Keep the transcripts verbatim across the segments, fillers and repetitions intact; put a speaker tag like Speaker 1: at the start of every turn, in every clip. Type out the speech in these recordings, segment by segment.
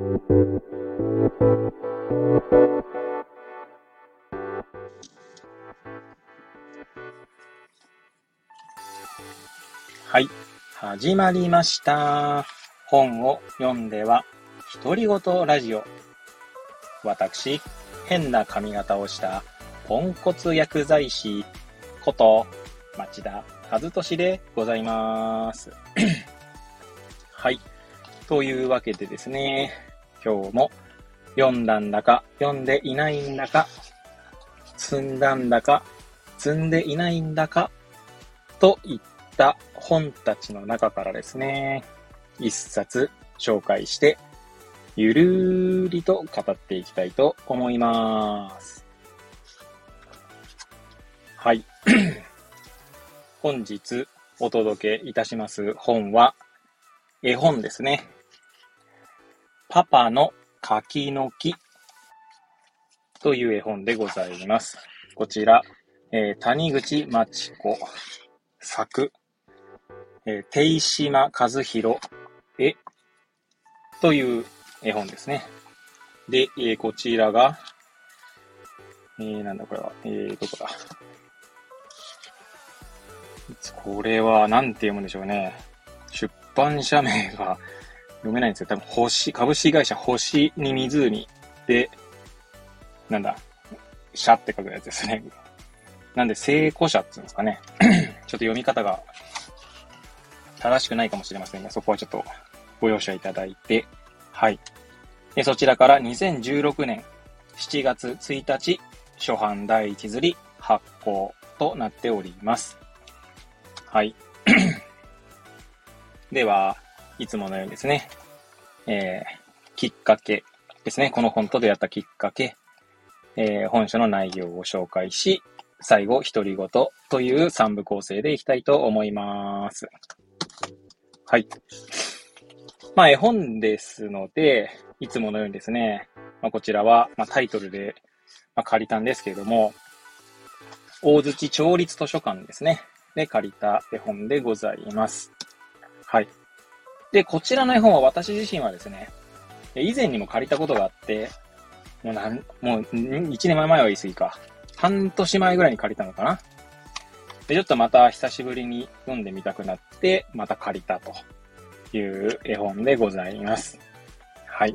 Speaker 1: はい、始まりました。本を読んでは独り言ラジオ。私、変な髪型をしたポンコツ薬剤師こと町田和俊でございます。はい、というわけでですね、今日も読んだんだか読んでいないんだか、積んだんだか積んでいないんだかといった本たちの中からですね、一冊紹介してゆるーりと語っていきたいと思います。はい。本日お届けいたします本は絵本ですね。パパの柿の木という絵本でございます。こちら、えー、谷口真知子作、えー、手島和弘絵という絵本ですね。で、えー、こちらが、えー、なんだこれは、えー、どこだ。これは、なんて読むんでしょうね。出版社名が読めないんですよ。多分、星、株式会社星に湖で、なんだ、社って書くやつですね。なんで、聖子社って言うんですかね。ちょっと読み方が正しくないかもしれませんが、そこはちょっとご容赦いただいて、はい。でそちらからにせんじゅうろくねんしちがつついたち、初版第一刷り発行となっております。はい。では、いつものようにですね、えー、きっかけですね。この本と出会ったきっかけ、えー、本書の内容を紹介し、最後、独り言というさん部構成でいきたいと思います。はい。まあ、絵本ですので、いつものようにですね、まあ、こちらは、まあ、タイトルで、まあ、借りたんですけれども、大槌町立図書館ですね。で借りた絵本でございます。はい。で、こちらの絵本は私自身はですね、以前にも借りたことがあって、もうなん、もういちねんまえは言い過ぎか。半年前ぐらいに借りたのかな。で、ちょっとまた久しぶりに読んでみたくなって、また借りたという絵本でございます。はい。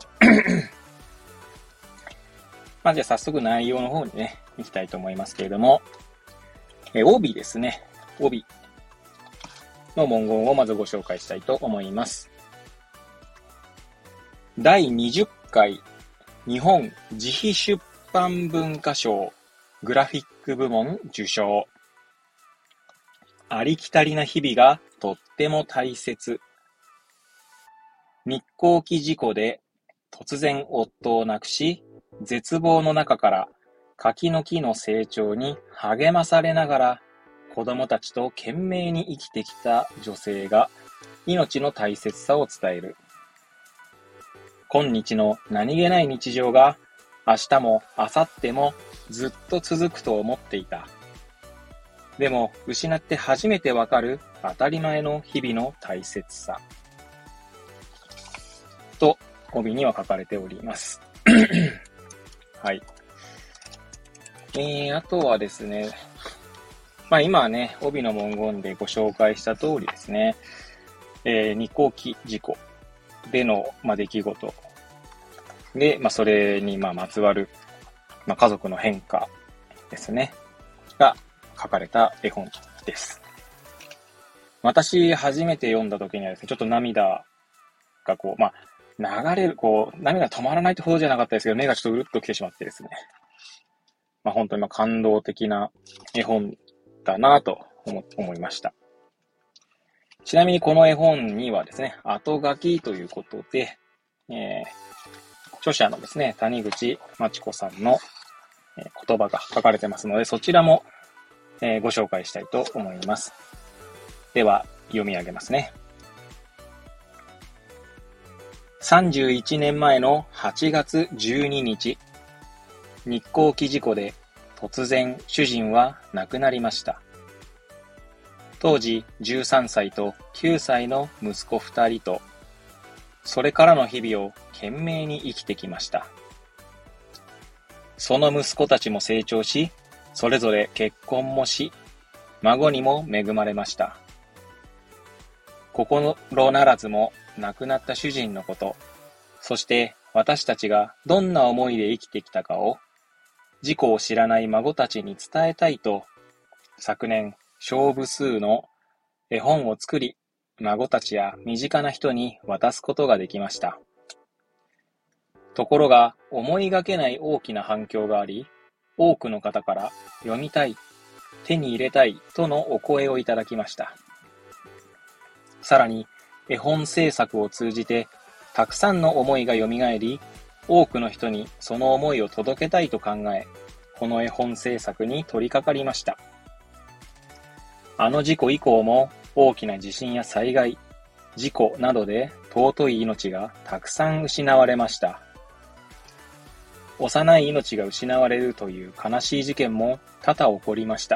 Speaker 1: まあ、じゃあ早速内容の方にね、行きたいと思いますけれども、え帯ですね。帯の文言をまずご紹介したいと思います。だいにじゅっかい日本自費出版文化賞グラフィック部門受賞。ありきたりな日々がとっても大切。日航機事故で突然夫を亡くし、絶望の中から柿の木の成長に励まされながら子供たちと懸命に生きてきた女性が命の大切さを伝える。今日の何気ない日常が明日も明後日もずっと続くと思っていた。でも失って初めてわかる当たり前の日々の大切さ。と帯には書かれております。はい。えー、あとはですね、まあ今はね、帯の文言でご紹介した通りですね、えー、日航機事故での、まあ、出来事で、まあそれにまあまつわる、まあ、家族の変化ですね、が書かれた絵本です。私初めて読んだ時にはですね、ちょっと涙がこう、まあ流れる、こう、涙止まらないってほどじゃなかったですけど、目がちょっとうるっと来てしまってですね。まあ本当にまあ感動的な絵本だなと思、思いました。ちなみにこの絵本にはですね、後書きということで、えー、著者のですね、谷口真知子さんの言葉が書かれてますので、そちらも、えー、ご紹介したいと思います。では、読み上げますね。さんじゅういちねんまえのはちがつじゅうににち、日航機事故で突然主人は亡くなりました。当時じゅうさんさいときゅうさいの息子ふたりとそれからの日々を懸命に生きてきました。その息子たちも成長し、それぞれ結婚もし、孫にも恵まれました。心ならずも亡くなった主人のこと、そして私たちがどんな思いで生きてきたかを、自己を知らない孫たちに伝えたいと、昨年、小部数の絵本を作り、孫たちや身近な人に渡すことができました。ところが、思いがけない大きな反響があり、多くの方から読みたい、手に入れたいとのお声をいただきました。さらに、絵本制作を通じて、たくさんの思いが蘇り、多くの人にその思いを届けたいと考え、この絵本制作に取り掛かりました。あの事故以降も大きな地震や災害、事故などで尊い命がたくさん失われました。幼い命が失われるという悲しい事件も多々起こりました。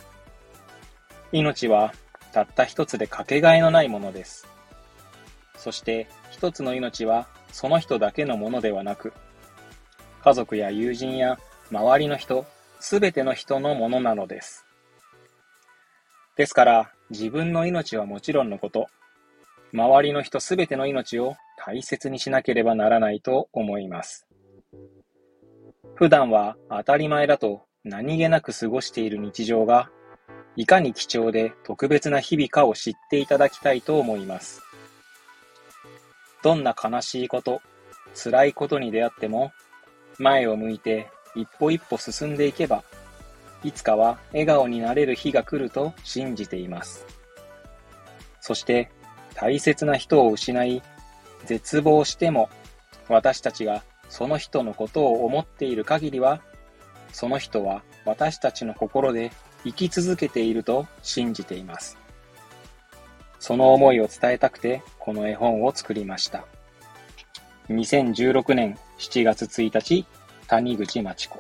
Speaker 1: 命はたった一つでかけがえのないものです。そして一つの命はその人だけのものではなく、家族や友人や周りの人、すべての人のものなのです。ですから自分の命はもちろんのこと、周りの人すべての命を大切にしなければならないと思います。普段は当たり前だと何気なく過ごしている日常が、いかに貴重で特別な日々かを知っていただきたいと思います。どんな悲しいこと、辛いことに出会っても、前を向いて一歩一歩進んでいけば、いつかは笑顔になれる日が来ると信じています。そして大切な人を失い、絶望しても、私たちがその人のことを思っている限りは、その人は私たちの心で生き続けていると信じています。その思いを伝えたくて、この絵本を作りました。にせんじゅうろくねんしちがつついたち、谷口真知子。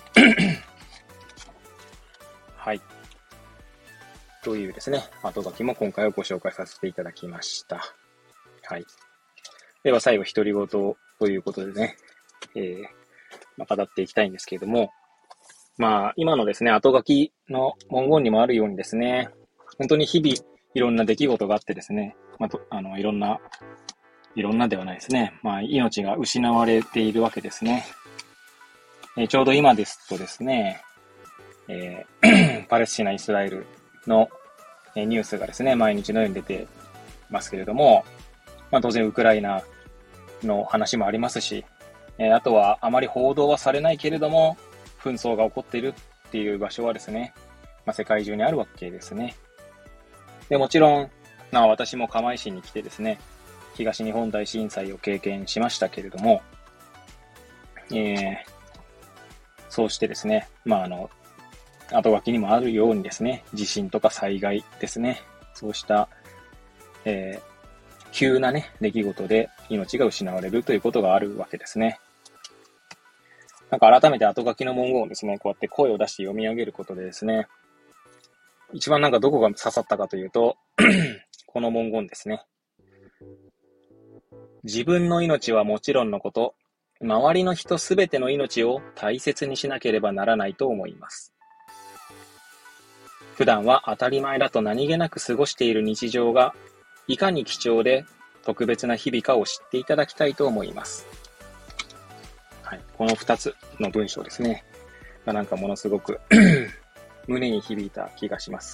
Speaker 1: はい。というですね、後書きも今回はご紹介させていただきました。はい。では最後、独り言ということでね、えーまあ、語っていきたいんですけれども、まあ、今のですね、後書きの文言にもあるようにですね、本当に日々いろんな出来事があってですね、まあ、とあのいろんな、いろんなではないですね、まあ、命が失われているわけですね。えー、ちょうど今ですとですね、えー、パレスチナ・イスラエルのニュースがですね、毎日のように出てますけれども、まあ、当然ウクライナの話もありますし、えー、あとはあまり報道はされないけれども、紛争が起こっているっていう場所はですね、まあ、世界中にあるわけですね。で、もちろん、まあ、私も釜石に来てですね、東日本大震災を経験しましたけれども、えー、そうしてですね、まあ、あの、後書きにもあるようにですね、地震とか災害ですね、そうした、えー、急なね、出来事で命が失われるということがあるわけですね。なんか改めて後書きの文言をですね、こうやって声を出して読み上げることでですね、一番なんかどこが刺さったかというと、この文言ですね。自分の命はもちろんのこと、周りの人すべての命を大切にしなければならないと思います。普段は当たり前だと何気なく過ごしている日常が、いかに貴重で特別な日々かを知っていただきたいと思います。はい、この二つの文章ですね。がなんかものすごく胸に響いた気がします。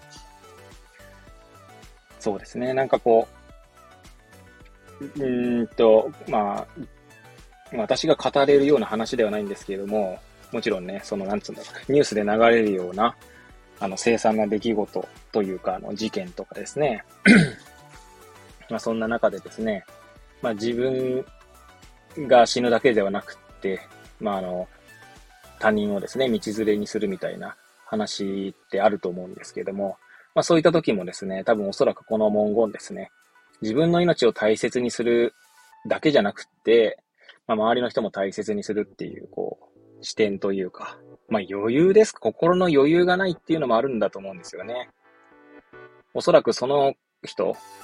Speaker 1: そうですね。なんかこう、うーんと、まあ、私が語れるような話ではないんですけれども、もちろんね、その、なんつうんだろう、ニュースで流れるような、あの、凄惨な出来事というか、あの、事件とかですね。まあ、そんな中でですね、まあ、自分が死ぬだけではなくって、まあ、あの、他人をですね、道連れにするみたいな話ってあると思うんですけれども、まあそういった時もですね、多分おそらくこの文言ですね、自分の命を大切にするだけじゃなくって、まあ周りの人も大切にするっていう、こう、視点というか、まあ余裕です。心の余裕がないっていうのもあるんだと思うんですよね。おそらくその人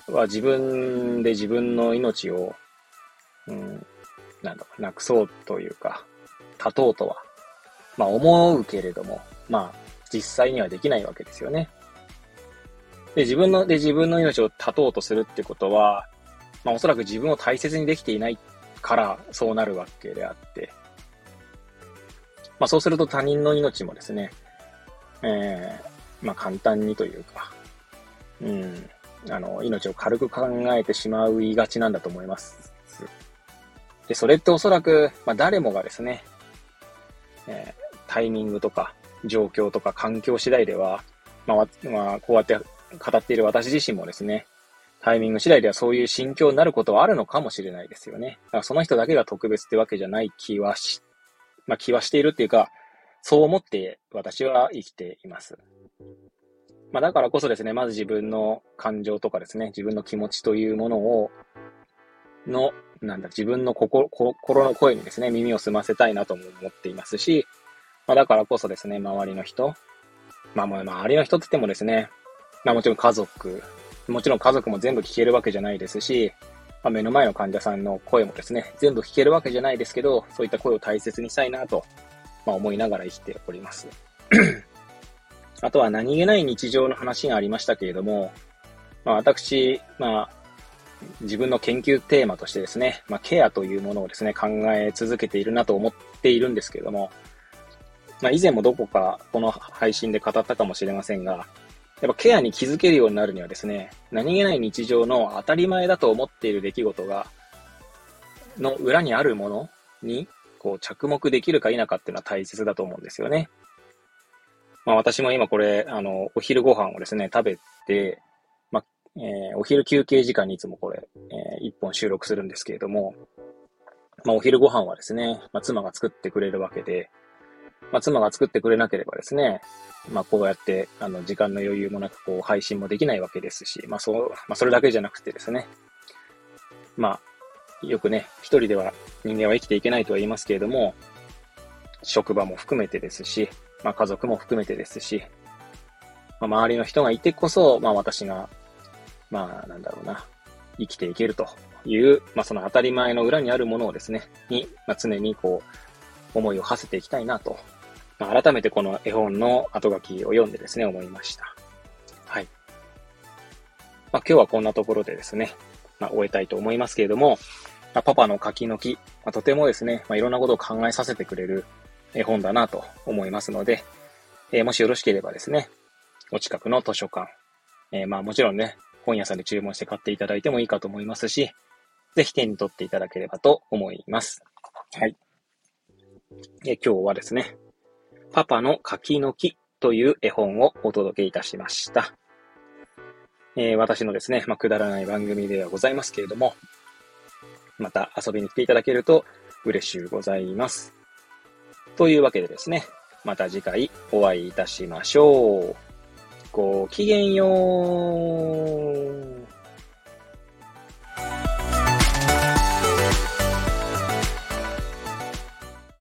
Speaker 1: は自分で自分の命を、うん、なんだろう、なくそうというか、絶とうとは、まあ思うけれども、まあ実際にはできないわけですよね。で、自分の、で、自分の命を絶とうとするってことは、まあおそらく自分を大切にできていないからそうなるわけであって、まあそうすると他人の命もですね、えー、まあ簡単にというか、うん、あの、命を軽く考えてしまいがちなんだと思います。で、それっておそらく、まあ誰もがですね、えー、タイミングとか状況とか環境次第では、まあ、まあ、こうやって語っている私自身もですね、タイミング次第ではそういう心境になることはあるのかもしれないですよね。だからその人だけが特別ってわけじゃない気はし、まあ気はしているっていうか、そう思って私は生きています。まあだからこそですね、まず自分の感情とかですね、自分の気持ちというものを、の、なんだ、自分の心、心の声にですね、耳を澄ませたいなとも思っていますし、まあだからこそですね、周りの人、まあまあ周りの人って言ってもですね、まあもちろん家族、もちろん家族も全部聞けるわけじゃないですし、まあ、目の前の患者さんの声もですね、全部聞けるわけじゃないですけど、そういった声を大切にしたいなと、まあ、思いながら生きております。あとは何気ない日常の話がありましたけれども、まあ、私、まあ、自分の研究テーマとしてですね、まあ、ケアというものをですね、考え続けているなと思っているんですけれども、まあ、以前もどこかこの配信で語ったかもしれませんが、やっぱケアに気づけるようになるにはですね、何気ない日常の当たり前だと思っている出来事が、の裏にあるものに、こう着目できるか否かっていうのは大切だと思うんですよね。まあ私も今これ、あの、お昼ご飯をですね、食べて、まあ、えー、お昼休憩時間にいつもこれ、えー、一本収録するんですけれども、まあお昼ご飯はですね、まあ妻が作ってくれるわけで、まあ妻が作ってくれなければですね、まあこうやって、あの、時間の余裕もなくこう配信もできないわけですし、まあそう、まあそれだけじゃなくてですね、まあ、よくね、一人では人間は生きていけないとは言いますけれども、職場も含めてですし、まあ家族も含めてですし、まあ、周りの人がいてこそ、まあ私が、まあなんだろうな、生きていけるという、まあその当たり前の裏にあるものをですね、に、まあ常にこう、思いを馳せていきたいなと、まあ改めてこの絵本の後書きを読んでですね、思いました。はい。まあ今日はこんなところでですね、まあ終えたいと思いますけれども、まあ、パパの書きのき、まあ、とてもですね、まあいろんなことを考えさせてくれる絵本だなと思いますので、えー、もしよろしければですね、お近くの図書館、えー、まあもちろんね、本屋さんで注文して買っていただいてもいいかと思いますし、ぜひ手に取っていただければと思います。はい。えー、今日はですね、パパの柿の木という絵本をお届けいたしました。えー、私のですね、まあ、くだらない番組ではございますけれども、また遊びに来ていただけると嬉しゅうございます。というわけでですね、また次回お会いいたしましょう。ごきげんよう。